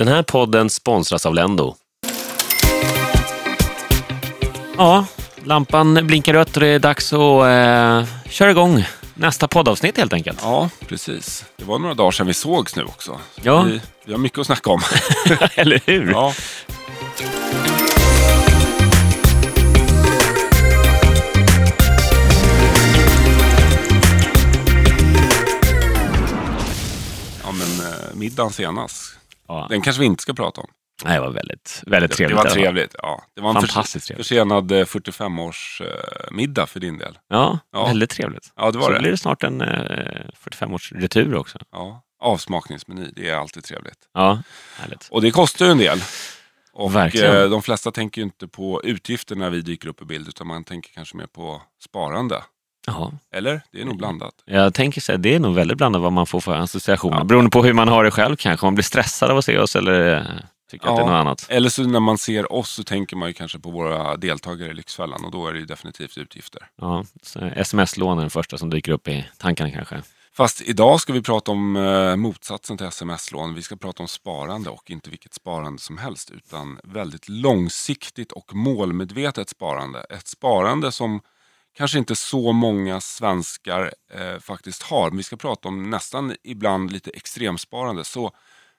Den här podden sponsras av Lendo. Ja, lampan blinkar rött och det är dags att köra igång nästa poddavsnitt helt enkelt. Ja, precis. Det var några dagar sedan vi sågs nu också. Ja. Vi har mycket att snacka om. Eller hur? Ja. Ja, men middagen senast. Ja. Den kanske vi inte ska prata om. Nej, det var väldigt trevligt. Det var trevligt, ja. Det var en Fantastiskt trevligt. försenad 45-års middag för din del. Ja, Ja. väldigt trevligt. Ja, det var Så det. blir det snart en 45-års retur också. Ja, avsmakningsmeny, det är alltid trevligt. Ja, härligt. Och det kostar ju en del. Och Verkligen. de flesta tänker ju inte på utgifter när vi dyker upp i bild, utan man tänker kanske mer på sparande. Jaha. Eller? Det är nog blandat. Jag tänker så här, det är nog väldigt blandat vad man får för associationer. Ja. Beroende på hur man har det själv kanske. Om man blir stressad av att se oss eller tycker att det är något annat. Eller så när man ser oss så tänker man ju kanske på våra deltagare i Lyxfällan, och då är det ju definitivt utgifter. Ja, så sms-lån är den första som dyker upp i tankarna kanske. Fast idag ska vi prata om motsatsen till sms-lån. Vi ska prata om sparande, och inte vilket sparande som helst, utan väldigt långsiktigt och målmedvetet sparande. Ett sparande som kanske inte så många svenskar faktiskt har. Men vi ska prata om nästan ibland lite extremsparande. Så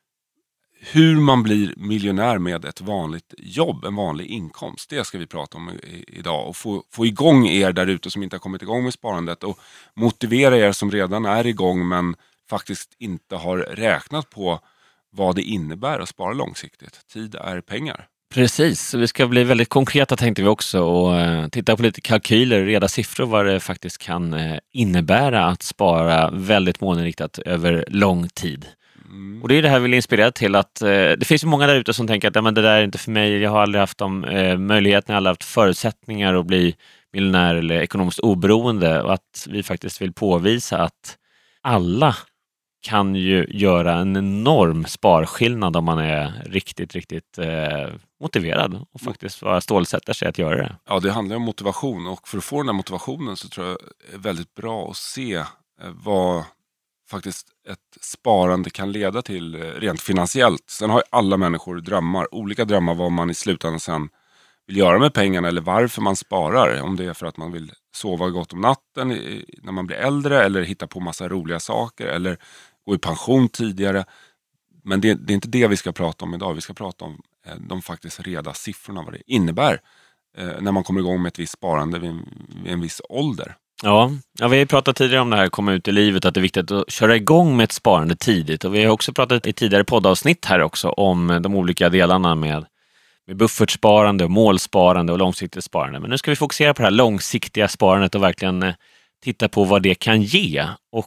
hur man blir miljonär med ett vanligt jobb, en vanlig inkomst. Det ska vi prata om idag. Och få igång er där ute som inte har kommit igång med sparandet. Och motivera er som redan är igång men faktiskt inte har räknat på vad det innebär att spara långsiktigt. Tid är pengar. Precis, så vi ska bli väldigt konkreta tänkte vi också och titta på lite kalkyler, reda siffror vad det faktiskt kan innebära att spara väldigt målinriktat över lång tid. Och det är det här vi vill inspirera till att det finns ju många där ute som tänker att ja, men det där är inte för mig, jag har aldrig haft de möjligheterna, aldrig haft förutsättningar att bli miljonär eller ekonomiskt oberoende, och att vi faktiskt vill påvisa att alla kan ju göra en enorm sparskillnad om man är riktigt motiverad och faktiskt stålsätter sig att göra det. Ja, det handlar om motivation, och för att få den här motivationen så tror jag det är väldigt bra att se vad faktiskt ett sparande kan leda till rent finansiellt. Sen har ju alla människor drömmar, olika drömmar vad man i slutändan sen vill göra med pengarna eller varför man sparar. Om det är för att man vill sova gott om natten när man blir äldre, eller hitta på massa roliga saker, eller gå i pension tidigare. Men det är inte det vi ska prata om idag. Vi ska prata om de faktiskt reda siffrorna, vad det innebär när man kommer igång med ett visst sparande vid en viss ålder. Ja, vi har pratat tidigare om det här komma ut i livet, att det är viktigt att köra igång med ett sparande tidigt. Och vi har också pratat i tidigare poddavsnitt här också om de olika delarna med buffertsparande och målsparande och långsiktigt sparande. Men nu ska vi fokusera på det här långsiktiga sparandet och verkligen titta på vad det kan ge. Och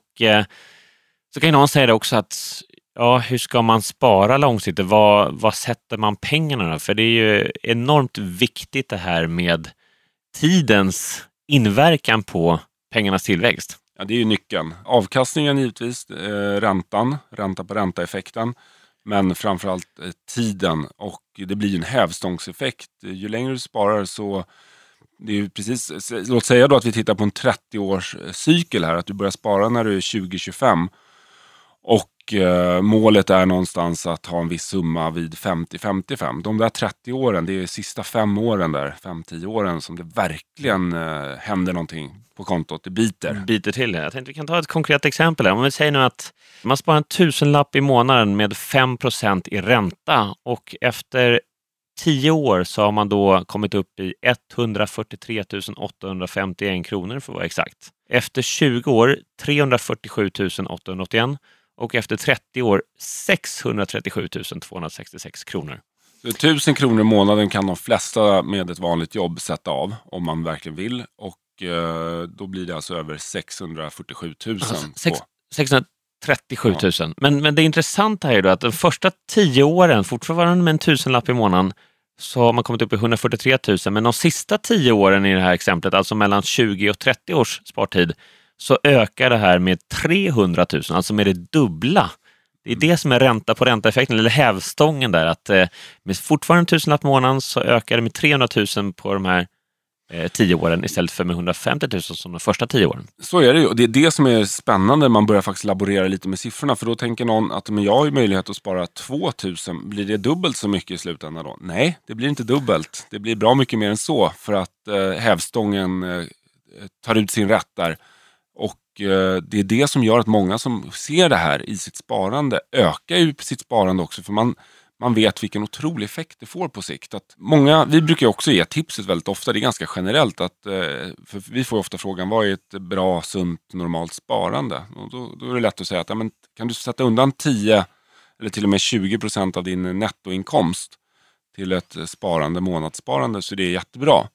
så kan ju någon säga det också att ja, hur ska man spara långsiktigt? Vad sätter man pengarna då? För det är ju enormt viktigt det här med tidens inverkan på pengarnas tillväxt. Ja, det är ju nyckeln. Avkastningen givetvis, ränta på ränta-effekten, men framförallt tiden, och det blir ju en hävstångseffekt. Ju längre du sparar så, det är ju precis, låt säga då att vi tittar på en 30-års cykel här, att du börjar spara när du är 20-25 och målet är någonstans att ha en viss summa vid 50-55. De där 30 åren, det är sista 5 åren där, 5-10 åren som det verkligen händer någonting på kontot. Det biter till det. Jag tänkte vi kan ta ett konkret exempel här. Om vi säger nu att man sparar en 1000-lapp i månaden med 5% i ränta, och efter 10 år så har man då kommit upp i 143 851 kronor för att vara exakt. Efter 20 år 347 881. Och efter 30 år 637 266 kronor. Så 1000 kronor i månaden kan de flesta med ett vanligt jobb sätta av om man verkligen vill. Och då blir det alltså över 647 000. Alltså, 637 000. Men det intressanta här är då att de första 10 åren, fortfarande med en 1000-lapp i månaden, så har man kommit upp i 143 000. Men de sista 10 åren i det här exemplet, alltså mellan 20 och 30 års spartid, så ökar det här med 300 000, alltså med det dubbla. Det är det som är ränta på ränta-effekten, eller hävstången där, att med fortfarande 1000-lapp månaden så ökar det med 300 000 på de här 10 åren istället för med 150 000 som de första 10 åren. Så är det ju. Och det är det som är spännande. Man börjar faktiskt laborera lite med siffrorna. För då tänker någon att men jag har ju möjlighet att spara 2000. Blir det dubbelt så mycket i slutändan då? Nej, det blir inte dubbelt. Det blir bra mycket mer än så. För att hävstången tar ut sin rätt där. Och det är det som gör att många som ser det här i sitt sparande ökar ju sitt sparande också. För man vet vilken otrolig effekt det får på sikt. Att vi brukar också ge tipset väldigt ofta, det är ganska generellt. För vi får ofta frågan, vad är ett bra, sunt, normalt sparande? Och då är det lätt att säga att ja, men kan du sätta undan 10 eller till och med 20% av din nettoinkomst till ett sparande, månadssparande, så det är jättebra.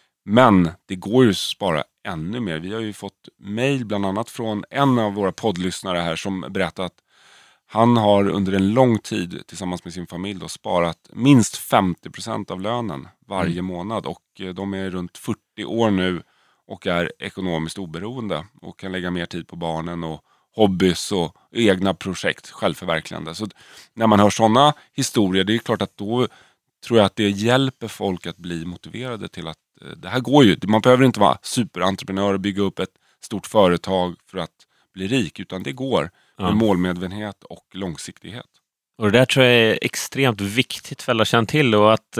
Men det går ju att spara ännu mer. Vi har ju fått mejl bland annat från en av våra poddlyssnare här som berättat att han har under en lång tid tillsammans med sin familj då sparat minst 50% av lönen varje månad. Och de är runt 40 år nu och är ekonomiskt oberoende och kan lägga mer tid på barnen och hobbys och egna projekt, självförverkligande. Så när man hör sådana historier, det är klart att då tror jag att det hjälper folk att bli motiverade till att det här går ju. Man behöver inte vara superentreprenör och bygga upp ett stort företag för att bli rik, utan det går med målmedvetenhet och långsiktighet. Och det där tror jag är extremt viktigt för alla att känna till, och att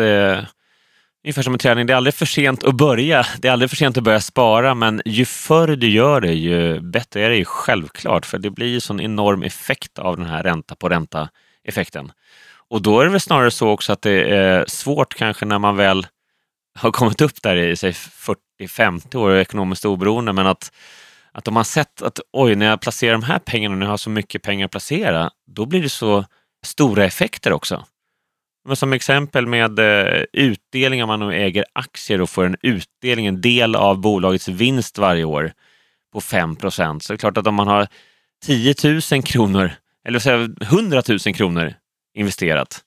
ungefär som en träning, det är aldrig för sent att börja. Det är aldrig för sent att börja spara, men ju förr du gör det, ju bättre är det ju självklart, för det blir ju sån enorm effekt av den här ränta på ränta effekten. Och då är det väl snarare så också att det är svårt kanske när man väl har kommit upp där i sig 40-50 år ekonomiskt oberoende, men att om man sett att när jag placerar de här pengarna och nu har så mycket pengar att placera, då blir det så stora effekter också. Men som exempel med utdelning, om man nu äger aktier och får en utdelning, en del av bolagets vinst varje år på 5%, så är det klart att om man har 10 000 kronor eller 100 000 kronor investerat,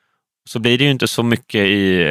så blir det ju inte så mycket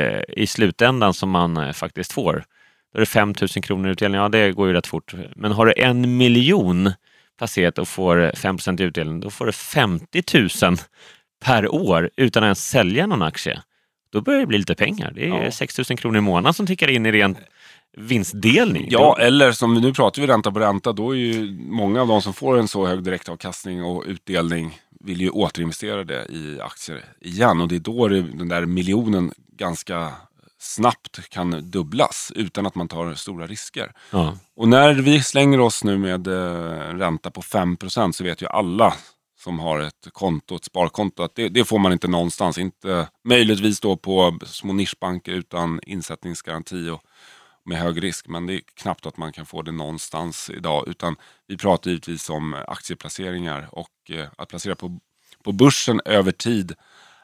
i slutändan som man faktiskt får. Då är det 5 000 kronor utdelning, ja det går ju rätt fort. Men har du 1 miljon placerat och får 5% utdelning, då får du 50 000 per år utan att ens sälja någon aktie. Då börjar det bli lite pengar. Det är 6 000 kronor i månaden som tickar in i ren vinstdelning. Ja, eller som nu pratar vi ränta på ränta, då är ju många av de som får en så hög direktavkastning och utdelning vill ju återinvestera det i aktier igen. Och det är då den där miljonen ganska snabbt kan dubblas utan att man tar stora risker. Ja. Och när vi slänger oss nu med ränta på 5%, så vet ju alla som har ett konto, ett sparkonto, att det får man inte någonstans. Inte möjligtvis då på små nischbanker utan insättningsgaranti och med hög risk. Men det är knappt att man kan få det någonstans idag. Utan vi pratar givetvis om aktieplaceringar, och att placera på börsen över tid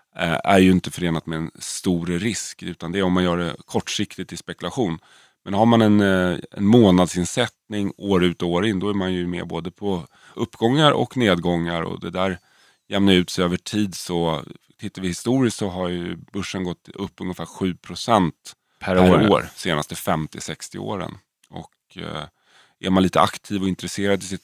är ju inte förenat med en stor risk, utan det är om man gör det kortsiktigt i spekulation. Men har man en månadsinsättning år ut och år in, då är man ju med både på uppgångar och nedgångar, och det där jämnar ut sig över tid. Så tittar vi historiskt så har ju börsen gått upp ungefär 7% per år senaste 50-60 åren. Och är man lite aktiv och intresserad i sitt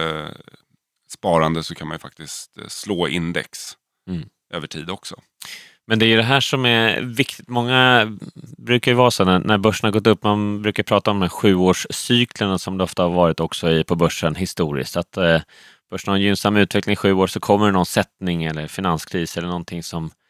sparande, så kan man ju faktiskt slå index över tid också. Men det är ju det här som är viktigt. Många brukar ju vara så när börsen har gått upp, man brukar prata om de här 7-årscyklerna som det ofta har varit också på börsen historiskt. Att börsen har en gynnsam utveckling i 7 år, så kommer det någon sättning eller finanskris eller någonting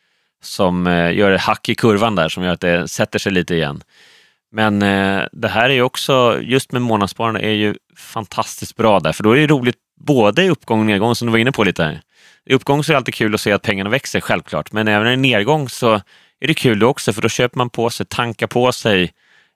som gör hack i kurvan där, som gör att det sätter sig lite igen. Men det här är ju också, just med månadssparande, är ju fantastiskt bra där, för då är det roligt både i uppgång och nedgång, som du var inne på lite här. I uppgång så är det alltid kul att se att pengarna växer, självklart. Men även i nedgång så är det kul också, för då köper man på sig, tankar på sig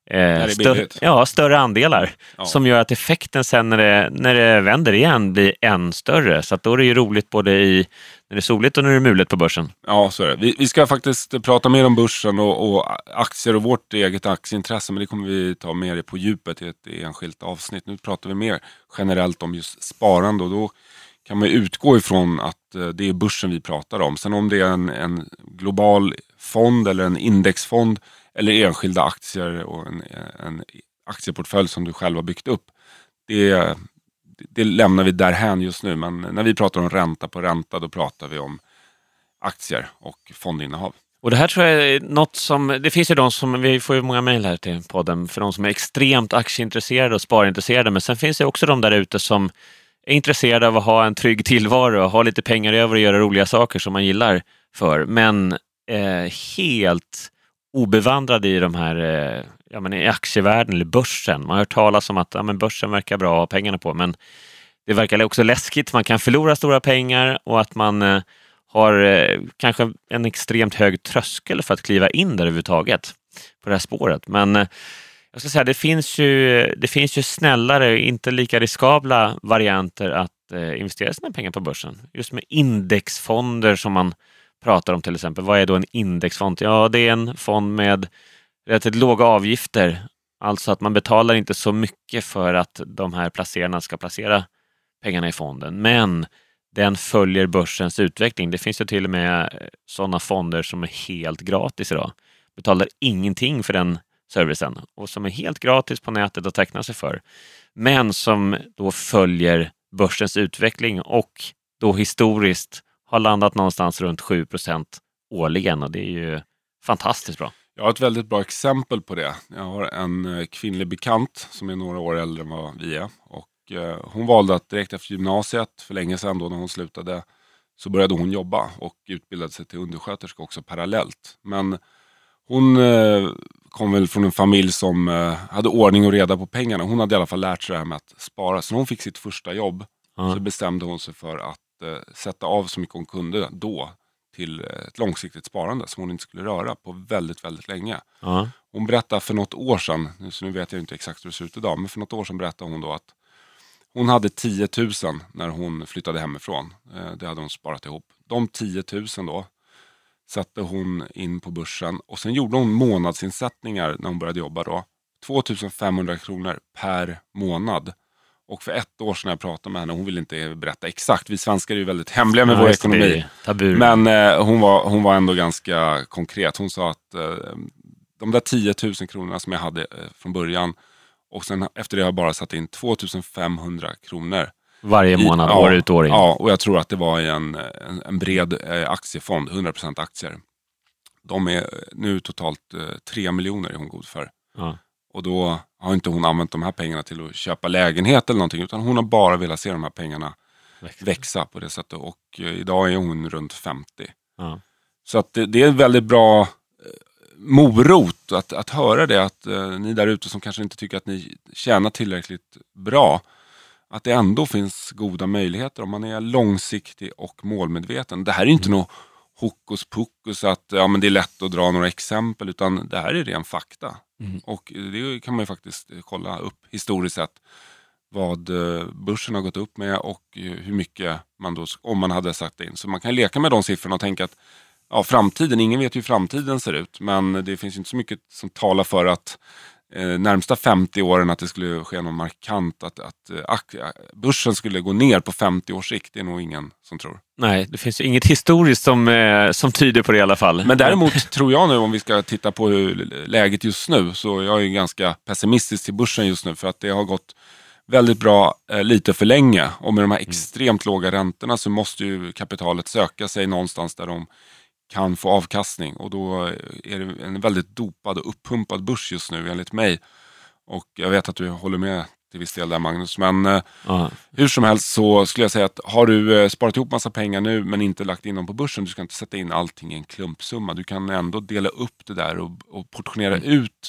större andelar. Ja. Som gör att effekten sen när det vänder igen blir än större. Så att då är det ju roligt både när det är soligt och när det är mulet på börsen. Ja, så är det. Vi ska faktiskt prata mer om börsen och aktier och vårt eget aktieintresse, men det kommer vi ta mer på djupet i ett enskilt avsnitt. Nu pratar vi mer generellt om just sparande, och då kan man utgå ifrån att det är börsen vi pratar om. Sen om det är en global fond eller en indexfond eller enskilda aktier och en aktieportfölj som du själv har byggt upp, det lämnar vi därhän just nu. Men när vi pratar om ränta på ränta, då pratar vi om aktier och fondinnehav. Och det här tror jag är något som, det finns ju de som, vi får ju många mejl här till podden, för de som är extremt aktieintresserade och sparintresserade, men sen finns det också de där ute som är intresserade av att ha en trygg tillvaro och ha lite pengar över och göra roliga saker som man gillar för, men helt obevandrade i de här i aktievärlden eller börsen. Man har hört talas om att börsen verkar bra att ha pengarna på, men det verkar också läskigt. Man kan förlora stora pengar och att man har kanske en extremt hög tröskel för att kliva in där överhuvudtaget på det här spåret. Men jag ska säga, det finns ju snällare, inte lika riskabla varianter att investera sina pengar på börsen. Just med indexfonder som man pratar om till exempel. Vad är då en indexfond? Ja, det är en fond med relativt låga avgifter. Alltså att man betalar inte så mycket för att de här placerarna ska placera pengarna i fonden. Men den följer börsens utveckling. Det finns ju till och med sådana fonder som är helt gratis idag. Betalar ingenting för den servicen och som är helt gratis på nätet att teckna sig för. Men som då följer börsens utveckling och då historiskt har landat någonstans runt 7% årligen, och det är ju fantastiskt bra. Jag har ett väldigt bra exempel på det. Jag har en kvinnlig bekant som är några år äldre än vad vi är. Och hon valde att direkt efter gymnasiet, för länge sedan då när hon slutade, så började hon jobba och utbildade sig till undersköterska också parallellt. Men hon kom väl från en familj som hade ordning och reda på pengarna. Hon hade i alla fall lärt sig det här med att spara. Så när hon fick sitt första jobb så bestämde hon sig för att sätta av så mycket hon kunde då till ett långsiktigt sparande som hon inte skulle röra på väldigt, väldigt länge. Hon berättade för något år sedan, så nu vet jag inte exakt hur det ser ut idag, men för något år sedan berättade hon då att hon hade 10 000 när hon flyttade hemifrån. Det hade hon sparat ihop. De 10 000 då satte hon in på börsen och sen gjorde hon månadsinsättningar när hon började jobba då. 2 500 kronor per månad. Och för ett år sedan jag pratade med henne, hon ville inte berätta exakt. Vi svenskar är ju väldigt hemliga med vår ekonomi. Men hon var ändå ganska konkret. Hon sa att de där 10 000 kronorna som jag hade från början, och sen efter det har jag bara satt in 2 500 kronor. Varje månad, år ut år in. Ja, och jag tror att det var i en bred aktiefond, 100% aktier. De är nu totalt 3 miljoner är hon god för. Ja. Och då har inte hon använt de här pengarna till att köpa lägenhet eller någonting, utan hon har bara velat se de här pengarna växa på det sättet. Och idag är hon runt 50. Ja. Så att det är en väldigt bra morot att höra det, att ni där ute som kanske inte tycker att ni tjänar tillräckligt bra, att det ändå finns goda möjligheter om man är långsiktig och målmedveten. Det här är inte något hokus pokus att men det är lätt att dra några exempel, utan det här är ren fakta. Och det kan man ju faktiskt kolla upp historiskt sett vad börsen har gått upp med och hur mycket man då, om man hade sagt in. Så man kan leka med de siffrorna och tänka att framtiden, ingen vet hur framtiden ser ut, men det finns inte så mycket som talar för att närmsta 50 åren att det skulle ske någon markant att börsen skulle gå ner på 50 års sikt. Det är nog ingen som tror. Nej, det finns ju inget historiskt som tyder på det i alla fall. Men däremot tror jag nu, om vi ska titta på hur läget just nu, så jag är ganska pessimistisk till börsen just nu, för att det har gått väldigt bra lite för länge, och med de här extremt låga räntorna så måste ju kapitalet söka sig någonstans där de kan få avkastning, och då är det en väldigt dopad och uppumpad börs just nu enligt mig. Och jag vet att du håller med till viss del där, Magnus, men hur som helst så skulle jag säga att har du sparat ihop massa pengar nu men inte lagt in dem på börsen, du ska inte sätta in allting i en klumpsumma. Du kan ändå dela upp det där och portionera ut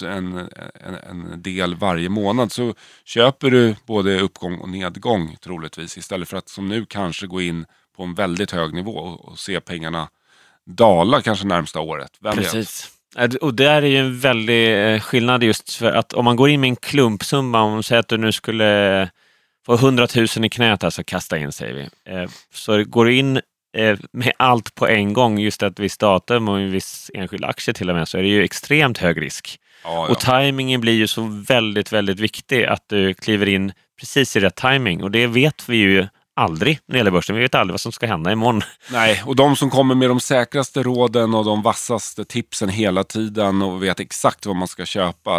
en del varje månad, så köper du både uppgång och nedgång troligtvis, istället för att som nu kanske gå in på en väldigt hög nivå och se pengarna dala kanske närmsta året. Precis. Och där är ju en väldig skillnad, just för att om man går in med en klumpsumma, om man säger att du nu skulle få 100 000 i knät, alltså kasta in, säger vi. Så går du in med allt på en gång, just ett visst datum och en viss enskild aktie till och med, så är det ju extremt hög risk. Ja. Och tajmingen blir ju så väldigt, väldigt viktig, att du kliver in precis i rätt timing. Och det vet vi ju aldrig när det gäller börsen. Vi vet aldrig vad som ska hända imorgon. Nej, och de som kommer med de säkraste råden och de vassaste tipsen hela tiden och vet exakt vad man ska köpa,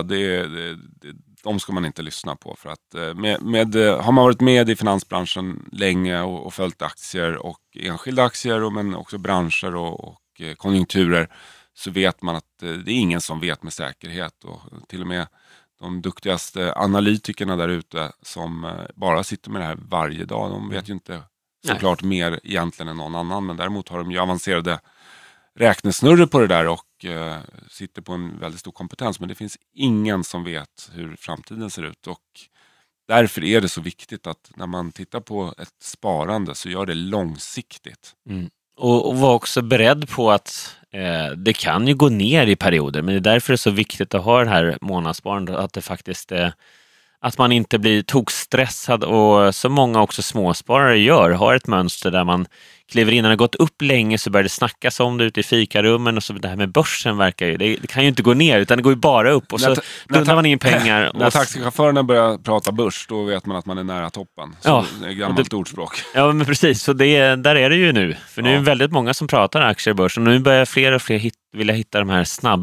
de ska man inte lyssna på. För att har man varit med i finansbranschen länge och följt aktier och enskilda aktier, men också branscher och konjunkturer, så vet man att det är ingen som vet med säkerhet. Och till och med de duktigaste analytikerna där ute som bara sitter med det här varje dag, de vet ju inte såklart mer egentligen än någon annan, men däremot har de ju avancerade räknesnurror på det där och sitter på en väldigt stor kompetens, men det finns ingen som vet hur framtiden ser ut, och därför är det så viktigt att när man tittar på ett sparande så gör det långsiktigt. Och var också beredd på att det kan ju gå ner i perioder, men det är därför det är så viktigt att ha det här månadssparandet, att det faktiskt att man inte blir tokstressad, och så många också småsparare har ett mönster där man kliver in, när det har gått upp länge så börjar det snackas om det ute i fikarummen, och så det här med börsen verkar ju, det kan ju inte gå ner utan det går ju bara upp, och så dundrar man in pengar. När taxichaufförerna börjar prata börs, då vet man att man är nära toppen. Så det är ett gammalt ordspråk. Ja, men precis, så där är det ju nu. För nu är det väldigt många som pratar aktier i börsen, och nu börjar fler och fler vilja hitta de här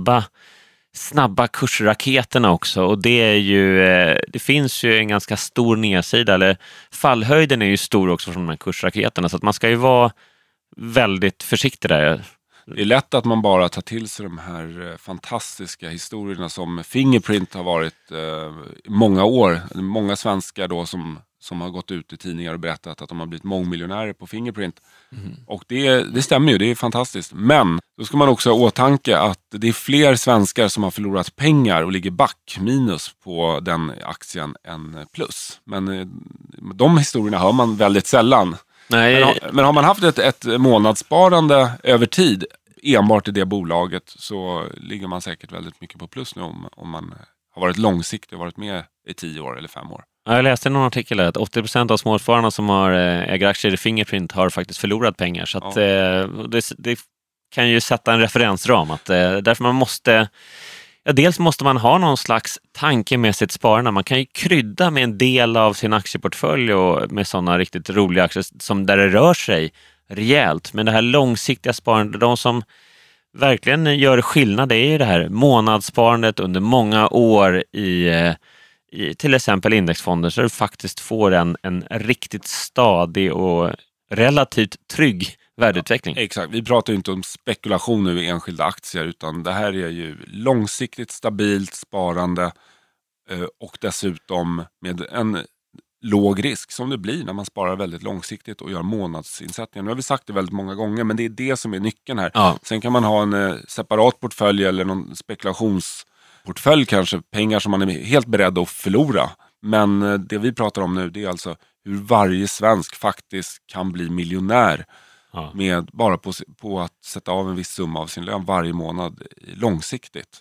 snabba kursraketerna också, och det är ju det finns ju en ganska stor nedsida, eller fallhöjden är ju stor också från de här kursraketerna, så att man ska ju vara väldigt försiktig där. Det är lätt att man bara tar till sig de här fantastiska historierna som Fingerprint har varit många år. Många svenskar då som har gått ut i tidningar och berättat att de har blivit mångmiljonärer på Fingerprint. Och det stämmer ju, det är fantastiskt. Men då ska man också ha åtanke att det är fler svenskar som har förlorat pengar och ligger back minus på den aktien än plus. Men de historierna hör man väldigt sällan. Nej. Men har man haft ett månadssparande över tid enbart i det bolaget, så ligger man säkert väldigt mycket på plus nu om man har varit långsiktig och varit med i 10 år eller 5 år. Jag läste någon artikel att 80% av småspararna som äger aktier i Fingerprint har faktiskt förlorat pengar. Så att, det kan ju sätta en referensram. Att, därför man måste... dels måste man ha någon slags tanke med sitt sparande. Man kan ju krydda med en del av sin aktieportfölj och med sådana riktigt roliga aktier som där det rör sig rejält. Men det här långsiktiga sparandet, de som verkligen gör skillnad, det är ju det här månadssparandet under många år i till exempel indexfonder, så du faktiskt får en riktigt stadig och relativt trygg värdeutveckling. Ja, exakt, vi pratar ju inte om spekulation nu i enskilda aktier, utan det här är ju långsiktigt stabilt sparande och dessutom med en låg risk som det blir när man sparar väldigt långsiktigt och gör månadsinsättningar. Nu har vi sagt det väldigt många gånger, men det är det som är nyckeln här. Ja. Sen kan man ha en separat portfölj eller någon spekulationsportfölj, kanske pengar som man är helt beredd att förlora. Men det vi pratar om nu, det är alltså hur varje svensk faktiskt kan bli miljonär med bara på att sätta av en viss summa av sin lön varje månad långsiktigt.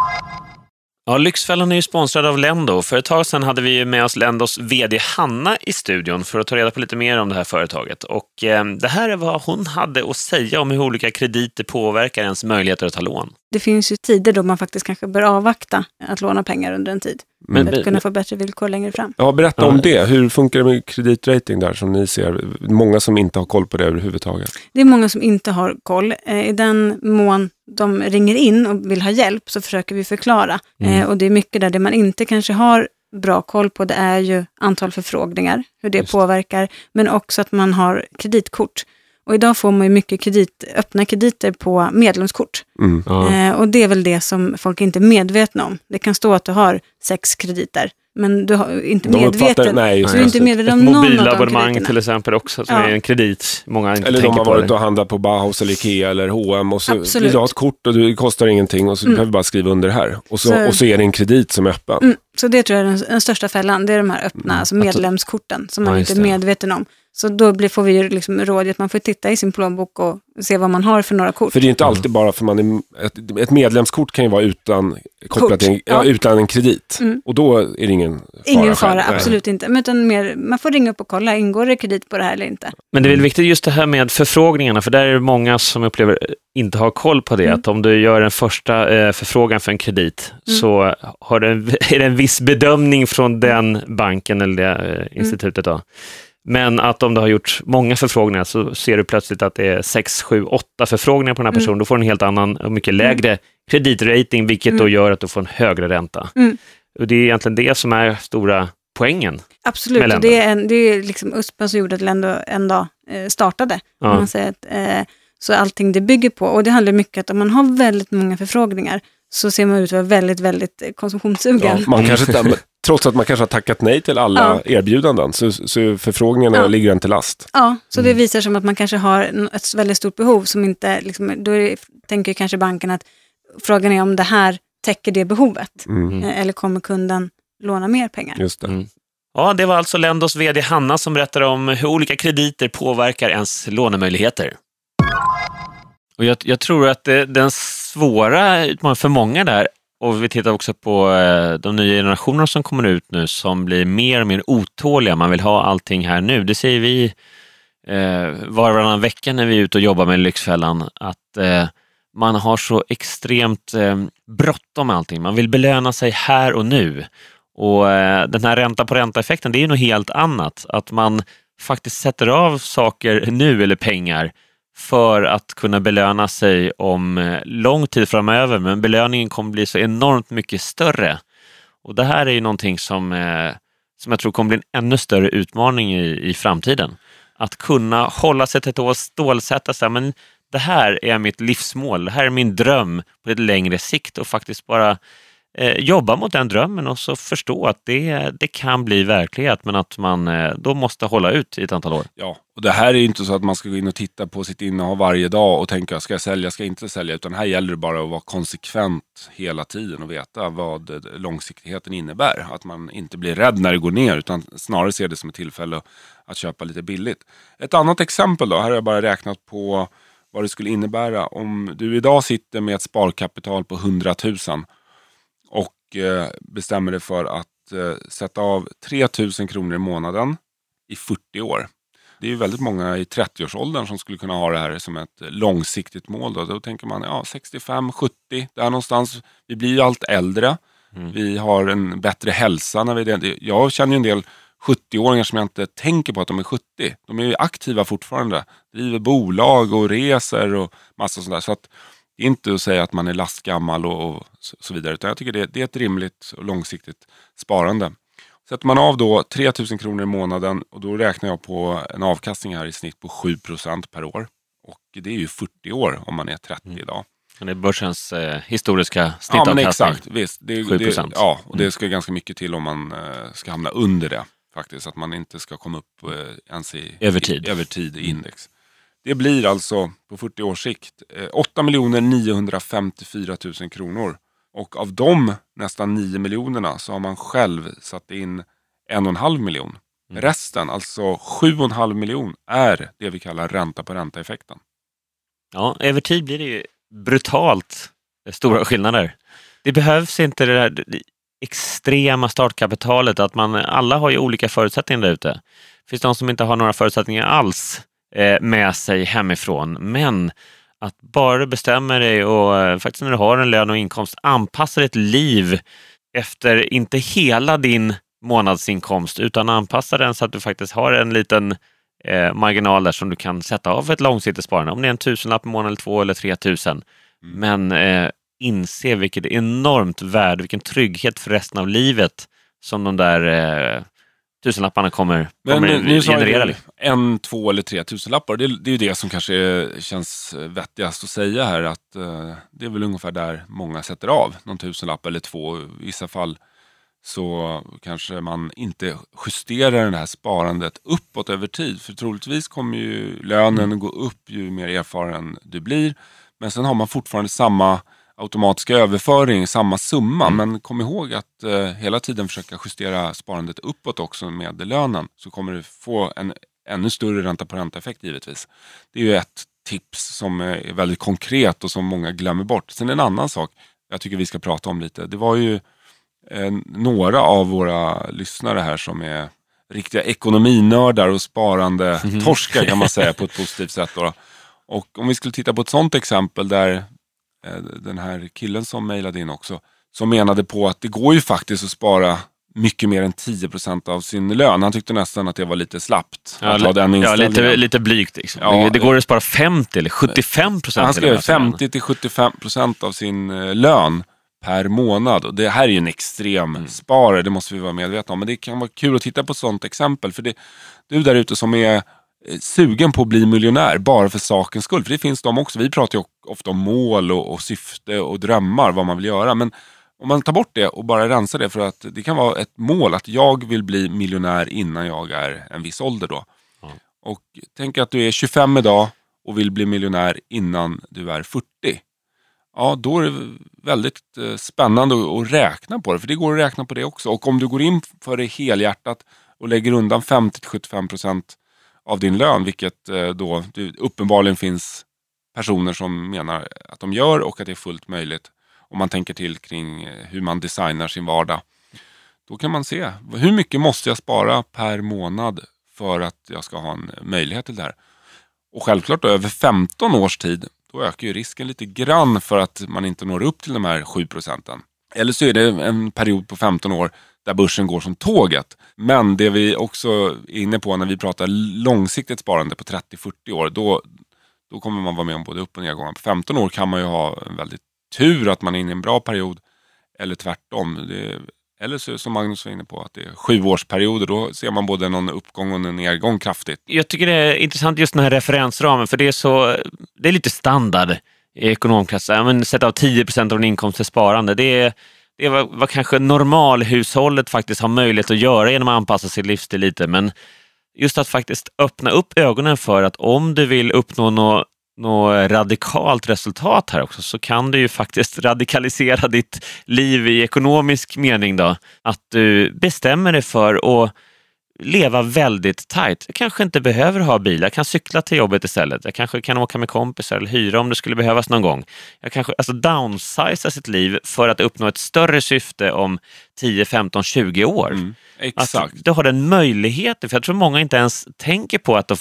Ja, Lyxfällan är ju sponsrad av Lendo. För ett tag sedan hade vi med oss Lendos vd Hanna i studion för att ta reda på lite mer om det här företaget. Och det här är vad hon hade att säga om hur olika krediter påverkar ens möjligheter att ta lån. Det finns ju tider då man faktiskt kanske bör avvakta att låna pengar under en tid. För att kunna få bättre villkor längre fram. Ja, berätta om det. Hur funkar det med kreditrating där som ni ser? Många som inte har koll på det överhuvudtaget. Det är många som inte har koll. I den mån de ringer in och vill ha hjälp så försöker vi förklara. Och det är mycket där det man inte kanske har bra koll på, det är ju antal förfrågningar, hur det påverkar. Men också att man har kreditkort. Och idag får man ju mycket öppna krediter på medlemskort. Och det är väl det som folk inte är medvetna om. Det kan stå att du har 6 krediter. Men du är inte medveten. Du är inte medveten om någon av de mobilabonnemang till exempel också, som är en kredit. Många inte eller tänker de har varit och handlat på Bauhaus eller Ikea eller H&M och så vill du ha ett kort och det kostar ingenting och så behöver du bara skriva under här. Och så är det en kredit som är öppen. Så det tror jag är den största fällan. Det är de här öppna, alltså medlemskorten som man inte är medveten om. Så då får vi ju liksom råd att man får titta i sin plånbok och se vad man har för några kort. För det är inte alltid bara för man är, ett medlemskort kan ju vara utan kopplat till utan en kredit. Och då är det ingen fara, absolut inte. Men utan man får ringa upp och kolla, ingår det kredit på det här eller inte? Men det är väl viktigt just det här med förfrågningarna, för där är det många som upplever inte har koll på det. Att om du gör en första förfrågan för en kredit så är det en viss bedömning från den banken eller det institutet då. Men att om du har gjort många förfrågningar så ser du plötsligt att det är 6, 7, 8 förfrågningar på den här personen. Då får du en helt annan och mycket lägre kreditrating, vilket då gör att du får en högre ränta. Och det är egentligen det som är stora poängen. Absolut, och det är liksom USPA som gjorde att Lendo en dag startade. Man säger att, Så allting det bygger på, och det handlar mycket om att om man har väldigt många förfrågningar så ser man ut att vara väldigt, väldigt konsumtionssugen. Ja, man kanske, trots att man kanske har tackat nej till alla erbjudanden så förfrågningarna ligger en till last. Ja, så det visar som att man kanske har ett väldigt stort behov som inte, liksom, då tänker kanske banken att frågan är om det här täcker det behovet. Eller kommer kunden låna mer pengar? Just det. Ja, det var alltså Lendos vd Hanna som berättade om hur olika krediter påverkar ens lånemöjligheter. Och jag tror att den svåra utmaningen för många där, och vi tittar också på de nya generationerna som kommer ut nu som blir mer och mer otåliga. Man vill ha allting här nu. Det säger vi varannan vecka när vi är ute och jobbar med Lyxfällan, att man har så extremt bråttom med allting. Man vill belöna sig här och nu. Och den här ränta på ränta-effekten, det är ju något helt annat. Att man faktiskt sätter av saker nu eller pengar för att kunna belöna sig om lång tid framöver. Men belöningen kommer bli så enormt mycket större. Och det här är ju någonting som jag tror kommer bli en ännu större utmaning i framtiden. Att kunna hålla sig till ett stålsätta sig, men det här är mitt livsmål, det här är min dröm på ett längre sikt, och faktiskt bara jobba mot den drömmen och så förstå att det kan bli verklighet, men att man då måste hålla ut i ett antal år. Ja, och det här är ju inte så att man ska gå in och titta på sitt innehav varje dag och tänka, ska jag sälja, ska jag inte sälja, utan här gäller det bara att vara konsekvent hela tiden och veta vad långsiktigheten innebär. Att man inte blir rädd när det går ner, utan snarare ser det som ett tillfälle att köpa lite billigt. Ett annat exempel då, här har jag bara räknat på vad det skulle innebära om du idag sitter med ett sparkapital på 100 000 och bestämmer dig för att sätta av 3 000 kronor i månaden i 40 år. Det är ju väldigt många i 30-årsåldern som skulle kunna ha det här som ett långsiktigt mål. Då tänker man 65, 70, där någonstans. Vi blir ju allt äldre. Vi har en bättre hälsa. Jag känner ju en del 70-åringar som jag inte tänker på att de är 70. De är ju aktiva fortfarande. Driver bolag och reser och massa sånt där. Så att det är inte att säga att man är lastgammal och så vidare. Utan jag tycker det är ett rimligt och långsiktigt sparande. Sätter man av då 3 000 kronor i månaden, och då räknar jag på en avkastning här i snitt på 7% per år. Och det är ju 40 år om man är 30 idag. Det är börsens historiska snittavkastning. Ja, men exakt. Visst. 7%. Ja, och det ska ganska mycket till om man ska hamna under det. Faktiskt, att man inte ska komma upp ens över tid i index. Det blir alltså på 40 års sikt 8 954 000 kronor. Och av de nästan 9 miljonerna så har man själv satt in 1,5 miljon. Resten, alltså 7,5 miljon, är det vi kallar ränta på ränta-effekten. Ja, över tid blir det ju brutalt stora skillnader. Det behövs inte det där extrema startkapitalet, att alla har ju olika förutsättningar där ute. Det finns de som inte har några förutsättningar alls med sig hemifrån, men att bara bestämma dig och faktiskt när du har en lön och inkomst anpassa ditt liv efter inte hela din månadsinkomst, utan anpassa den så att du faktiskt har en liten marginal där som du kan sätta av ett långsiktigt sparande, om det är en 1000-lapp i månaden eller 2 eller 3 000. Men inse vilket enormt värde, vilken trygghet för resten av livet som de där 1000-lapparna kommer generera. Men 1, 2 eller 3 000-lappar, det är ju det som kanske känns vettigast att säga här, att det är väl ungefär där många sätter av någon 1000-lapp eller 2. I vissa fall så kanske man inte justerar det här sparandet uppåt över tid, för troligtvis kommer ju lönen gå upp ju mer erfaren du blir, men sen har man fortfarande samma automatiska överföring, samma summa. Men kom ihåg att hela tiden försöka justera sparandet uppåt också med lönen, så kommer du få en ännu större ränta på ränta-effekt givetvis. Det är ju ett tips som är väldigt konkret och som många glömmer bort. Sen en annan sak jag tycker vi ska prata om lite. Det var ju några av våra lyssnare här som är riktiga ekonominördar och sparande torskar kan man säga på ett positivt sätt då. Och om vi skulle titta på ett sånt exempel där den här killen som mejlade in också, som menade på att det går ju faktiskt att spara mycket mer än 10% av sin lön. Han tyckte nästan att det var lite slappt. Lite blygt liksom. Ja, det går att spara 50 eller 75%. Han skrev 50-75% av sin lön per månad. Och det här är ju en extrem sparare, det måste vi vara medvetna om. Men det kan vara kul att titta på ett sånt exempel. För du där ute som är sugen på att bli miljonär bara för sakens skull. För det finns de också. Vi pratar ju ofta om mål och syfte och drömmar, vad man vill göra. Men om man tar bort det och bara rensar det, för att det kan vara ett mål att jag vill bli miljonär innan jag är en viss ålder då. Mm. Och tänk att du är 25 idag och vill bli miljonär innan du är 40. Ja, då är det väldigt spännande att räkna på det. För det går att räkna på det också. Och om du går in för det helhjärtat och lägger undan 50-75% av din lön, vilket då uppenbarligen finns personer som menar att de gör och att det är fullt möjligt. Om man tänker till kring hur man designar sin vardag. Då kan man se, hur mycket måste jag spara per månad för att jag ska ha en möjlighet till det här. Och självklart då, över 15 års tid, då ökar ju risken lite grann för att man inte når upp till de här 7%. Eller så är det en period på 15 år där börsen går som tåget. Men det vi också är inne på när vi pratar långsiktigt sparande på 30-40 år, då kommer man vara med om både upp- och nedgångar. På 15 år kan man ju ha en väldigt tur att man är inne i en bra period, eller tvärtom. Eller så, som Magnus var inne på, att det är 7-årsperioder. Då ser man både någon uppgång och en nedgång kraftigt. Jag tycker det är intressant just den här referensramen, för det är lite standard i ekonomklassen. Men sätta av 10% av din inkomst till sparande. Det är vad kanske normalhushållet faktiskt har möjlighet att göra genom att anpassa sin livsstil lite. Men just att faktiskt öppna upp ögonen för att om du vill uppnå något radikalt resultat här också, så kan du ju faktiskt radikalisera ditt liv i ekonomisk mening då. Att du bestämmer dig för att leva väldigt tajt. Jag kanske inte behöver ha bil. Jag kan cykla till jobbet istället. Jag kanske kan åka med kompisar eller hyra om det skulle behövas någon gång. Jag kanske downsiza sitt liv för att uppnå ett större syfte om 10, 15, 20 år. Exakt. Att du har den möjligheten. För jag tror många inte ens tänker på att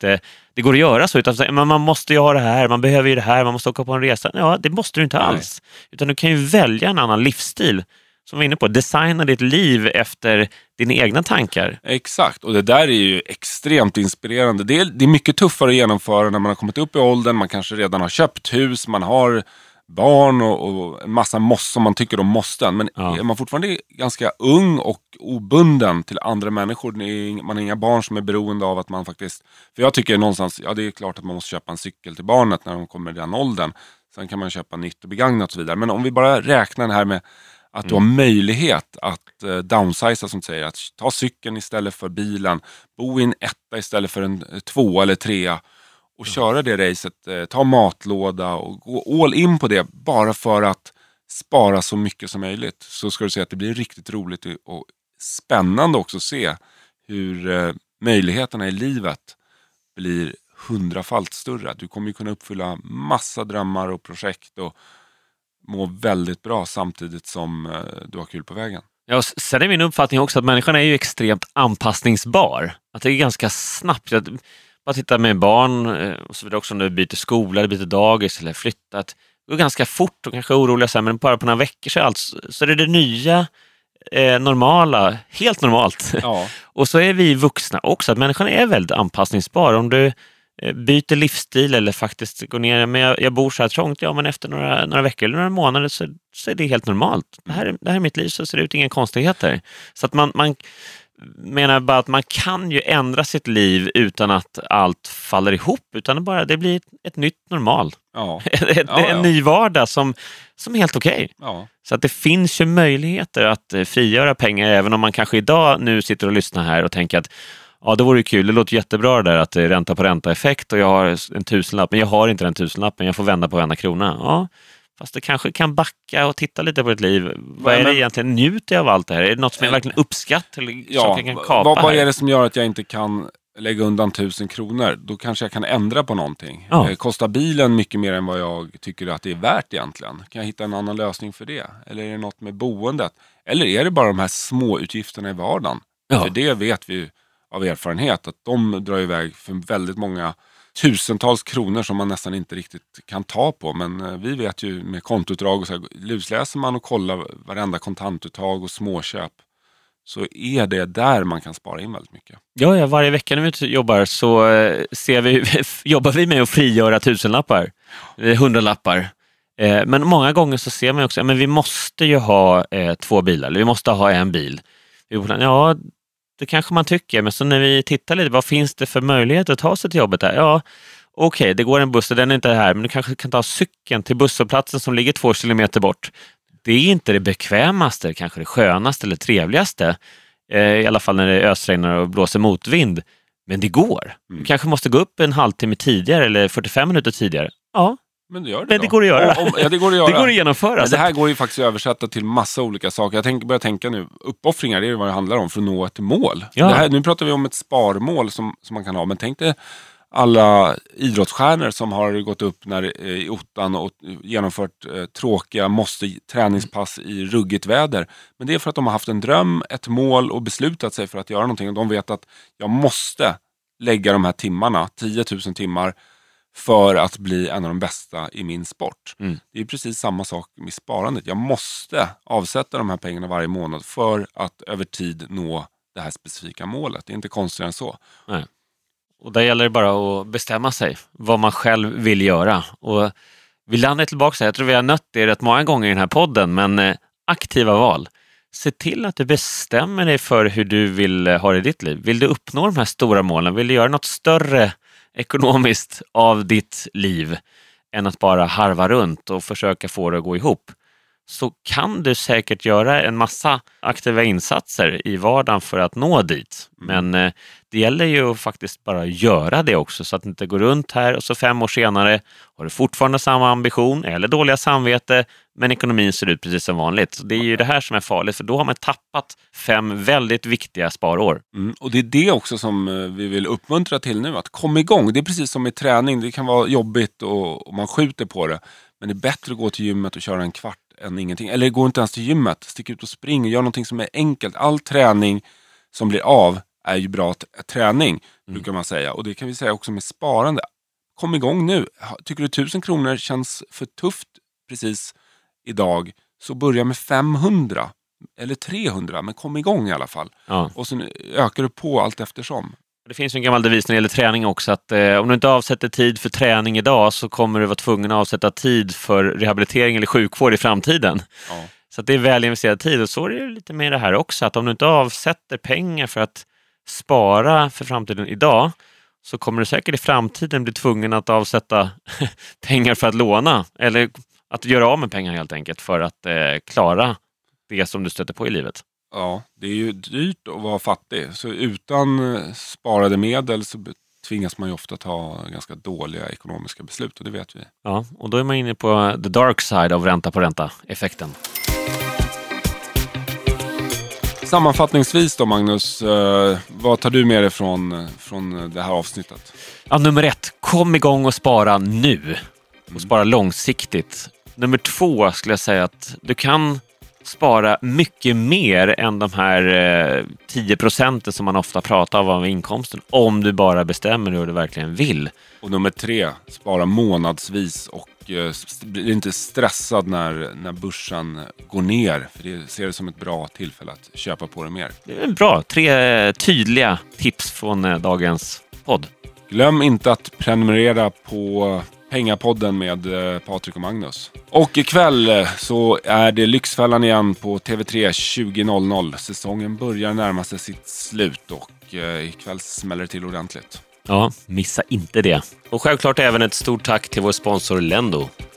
det går att göra så. Utan man måste ju ha det här, man behöver ju det här, man måste åka på en resa. Ja, det måste du inte alls. Utan du kan ju välja en annan livsstil. Som vi är inne på, designa ditt liv efter dina egna tankar. Exakt, och det där är ju extremt inspirerande. Det är mycket tuffare att genomföra när man har kommit upp i åldern. Man kanske redan har köpt hus, man har barn och en massa måste som man tycker de måste. Men är man fortfarande ganska ung och obunden till andra människor. Man har inga barn som är beroende av att man faktiskt... För jag tycker någonstans, det är klart att man måste köpa en cykel till barnet när de kommer i den åldern. Sen kan man köpa nytt och begagnat och så vidare. Men om vi bara räknar den här med att du har möjlighet att downsiza, som du säger, att ta cykeln istället för bilen, bo i en 1 istället för en 2 eller 3 och köra det racet, ta matlåda och gå all in på det bara för att spara så mycket som möjligt. Så ska du se att det blir riktigt roligt och spännande också att se hur möjligheterna i livet blir 100-falt större. Du kommer ju kunna uppfylla massa drömmar och projekt och må väldigt bra samtidigt som du har kul på vägen. Ja, sen är min uppfattning också att människan är ju extremt anpassningsbar. Att det är ganska snabbt. Jag bara titta med barn och så vidare också, om du byter skola eller byter dagis eller flyttat. Det går ganska fort och kanske oroliga så här, men bara på några veckor så är det nya normala, helt normalt. Ja. Och så är vi vuxna också, att människan är väldigt anpassningsbar. Om du byter livsstil eller faktiskt går ner, men jag bor så här trångt, men efter några veckor eller några månader så är det helt normalt. Det här är mitt liv, så ser det ut inga konstigheter. Så att man menar bara att man kan ju ändra sitt liv utan att allt faller ihop, utan det blir ett nytt normal. Ja. En ny vardag som är helt okej. Ja. Så att det finns ju möjligheter att frigöra pengar, även om man kanske idag nu sitter och lyssnar här och tänker att det vore kul, det låter jättebra det där att det är ränta på ränta-effekt och jag har en 1000-lapp, men jag har inte den 1000-lappen, jag får vända på varenda krona. Ja, fast det kanske kan backa och titta lite på ditt liv. Vad är det egentligen, njuter jag av allt det här? Är det något som jag verkligen uppskattar eller saker jag kan kapa vad är det som gör att jag inte kan lägga undan 1000 kronor? Då kanske jag kan ändra på någonting. Kostar bilen mycket mer än vad jag tycker att det är värt egentligen? Kan jag hitta en annan lösning för det? Eller är det något med boendet? Eller är det bara de här små utgifterna i vardagen? För det vet vi av erfarenhet att de drar iväg för väldigt många tusentals kronor som man nästan inte riktigt kan ta på. Men vi vet ju med kontoutdrag och så här, lusläser man och kollar varenda kontantuttag och småköp, så är det där man kan spara in väldigt mycket. Ja, varje vecka när vi jobbar så jobbar vi med att frigöra 1000-lappar, 100-lappar. Men många gånger så ser man också att vi måste ju ha 2 bilar, eller vi måste ha en bil. det kanske man tycker. Men så när vi tittar lite, vad finns det för möjlighet att ta sig till jobbet här? Ja, okej, det går en buss och den är inte här. Men du kanske kan ta cykeln till busshållplatsen som ligger 2 kilometer bort. Det är inte det bekvämaste, kanske det skönaste eller trevligaste. I alla fall när det ösregnar och blåser motvind. Men det går. Du kanske måste gå upp en halvtimme tidigare eller 45 minuter tidigare. Ja, men det gör det. Men det går att göra. Det går att göra. Det går att genomföra. Men det här går ju faktiskt att översätta till massa olika saker. Jag börjar tänka nu, uppoffringar, det är vad det handlar om för att nå ett mål. Ja. Nu pratar vi om ett sparmål som man kan ha, men tänk dig alla idrottsstjärnor som har gått upp i ottan och genomfört tråkiga träningspass i ruggigt väder. Men det är för att de har haft en dröm, ett mål och beslutat sig för att göra någonting. Och de vet att jag måste lägga de här timmarna, 10 000 timmar, för att bli en av de bästa i min sport. Det är precis samma sak med sparandet. Jag måste avsätta de här pengarna varje månad för att över tid nå det här specifika målet. Det är inte konstigare än så. Nej. Och där gäller det bara att bestämma sig vad man själv vill göra. Och vi landar tillbaka så här. Jag tror vi har nött det rätt många gånger i den här podden, men aktiva val. Se till att du bestämmer dig för hur du vill ha det i ditt liv. Vill du uppnå de här stora målen? Vill du göra något större ekonomiskt av ditt liv än att bara harva runt och försöka få det att gå ihop? Så kan du säkert göra en massa aktiva insatser i vardagen för att nå dit. Men det gäller ju att faktiskt bara göra det också, så att det inte går runt här och så 5 år senare har du fortfarande samma ambition eller dåliga samvete, men ekonomin ser ut precis som vanligt. Så det är ju det här som är farligt, för då har man tappat 5 väldigt viktiga sparår. Och det är det också som vi vill uppmuntra till nu, att komma igång. Det är precis som i träning, det kan vara jobbigt och man skjuter på det. Men det är bättre att gå till gymmet och köra en kvart än ingenting. Eller gå inte ens till gymmet, stick ut och spring och gör någonting som är enkelt. All träning som blir av är ju bra träning, brukar man säga. Och det kan vi säga också med sparande. Kom igång nu. Tycker du 1000 kronor känns för tufft precis idag, så börja med 500 eller 300, men kom igång i alla fall. Ja. Och sen ökar du på allt eftersom. Det finns ju en gammal devis när det gäller träning också, att om du inte avsätter tid för träning idag så kommer du vara tvungen att avsätta tid för rehabilitering eller sjukvård i framtiden. Ja. Så att det är väl investerad tid, och så är det lite med det här också, att om du inte avsätter pengar för att spara för framtiden idag, så kommer du säkert i framtiden bli tvungen att avsätta pengar för att låna, eller att göra av med pengar helt enkelt för att klara det som du stöter på i livet. Ja, det är ju dyrt att vara fattig. Så utan sparade medel så tvingas man ju ofta ta ganska dåliga ekonomiska beslut, och det vet vi. Ja, och då är man inne på the dark side av ränta på ränta-effekten. Sammanfattningsvis då, Magnus, vad tar du med dig från det här avsnittet? Ja, nummer 1, kom igång och spara nu. Och spara långsiktigt. Nummer 2 skulle jag säga att du kan spara mycket mer än de här 10% som man ofta pratar om av inkomsten, om du bara bestämmer hur du verkligen vill. Och nummer 3, spara månadsvis och bli inte stressad när börsen går ner, för det ser det som ett bra tillfälle att köpa på det mer. Det är bra, 3 tydliga tips från dagens podd. Glöm inte att prenumerera på Pengapodden med Patrik och Magnus. Och ikväll så är det Lyxfällan igen på TV3 20.00. Säsongen börjar närma sig sitt slut, och ikväll smäller det till ordentligt. Ja, missa inte det. Och självklart även ett stort tack till vår sponsor Lendo.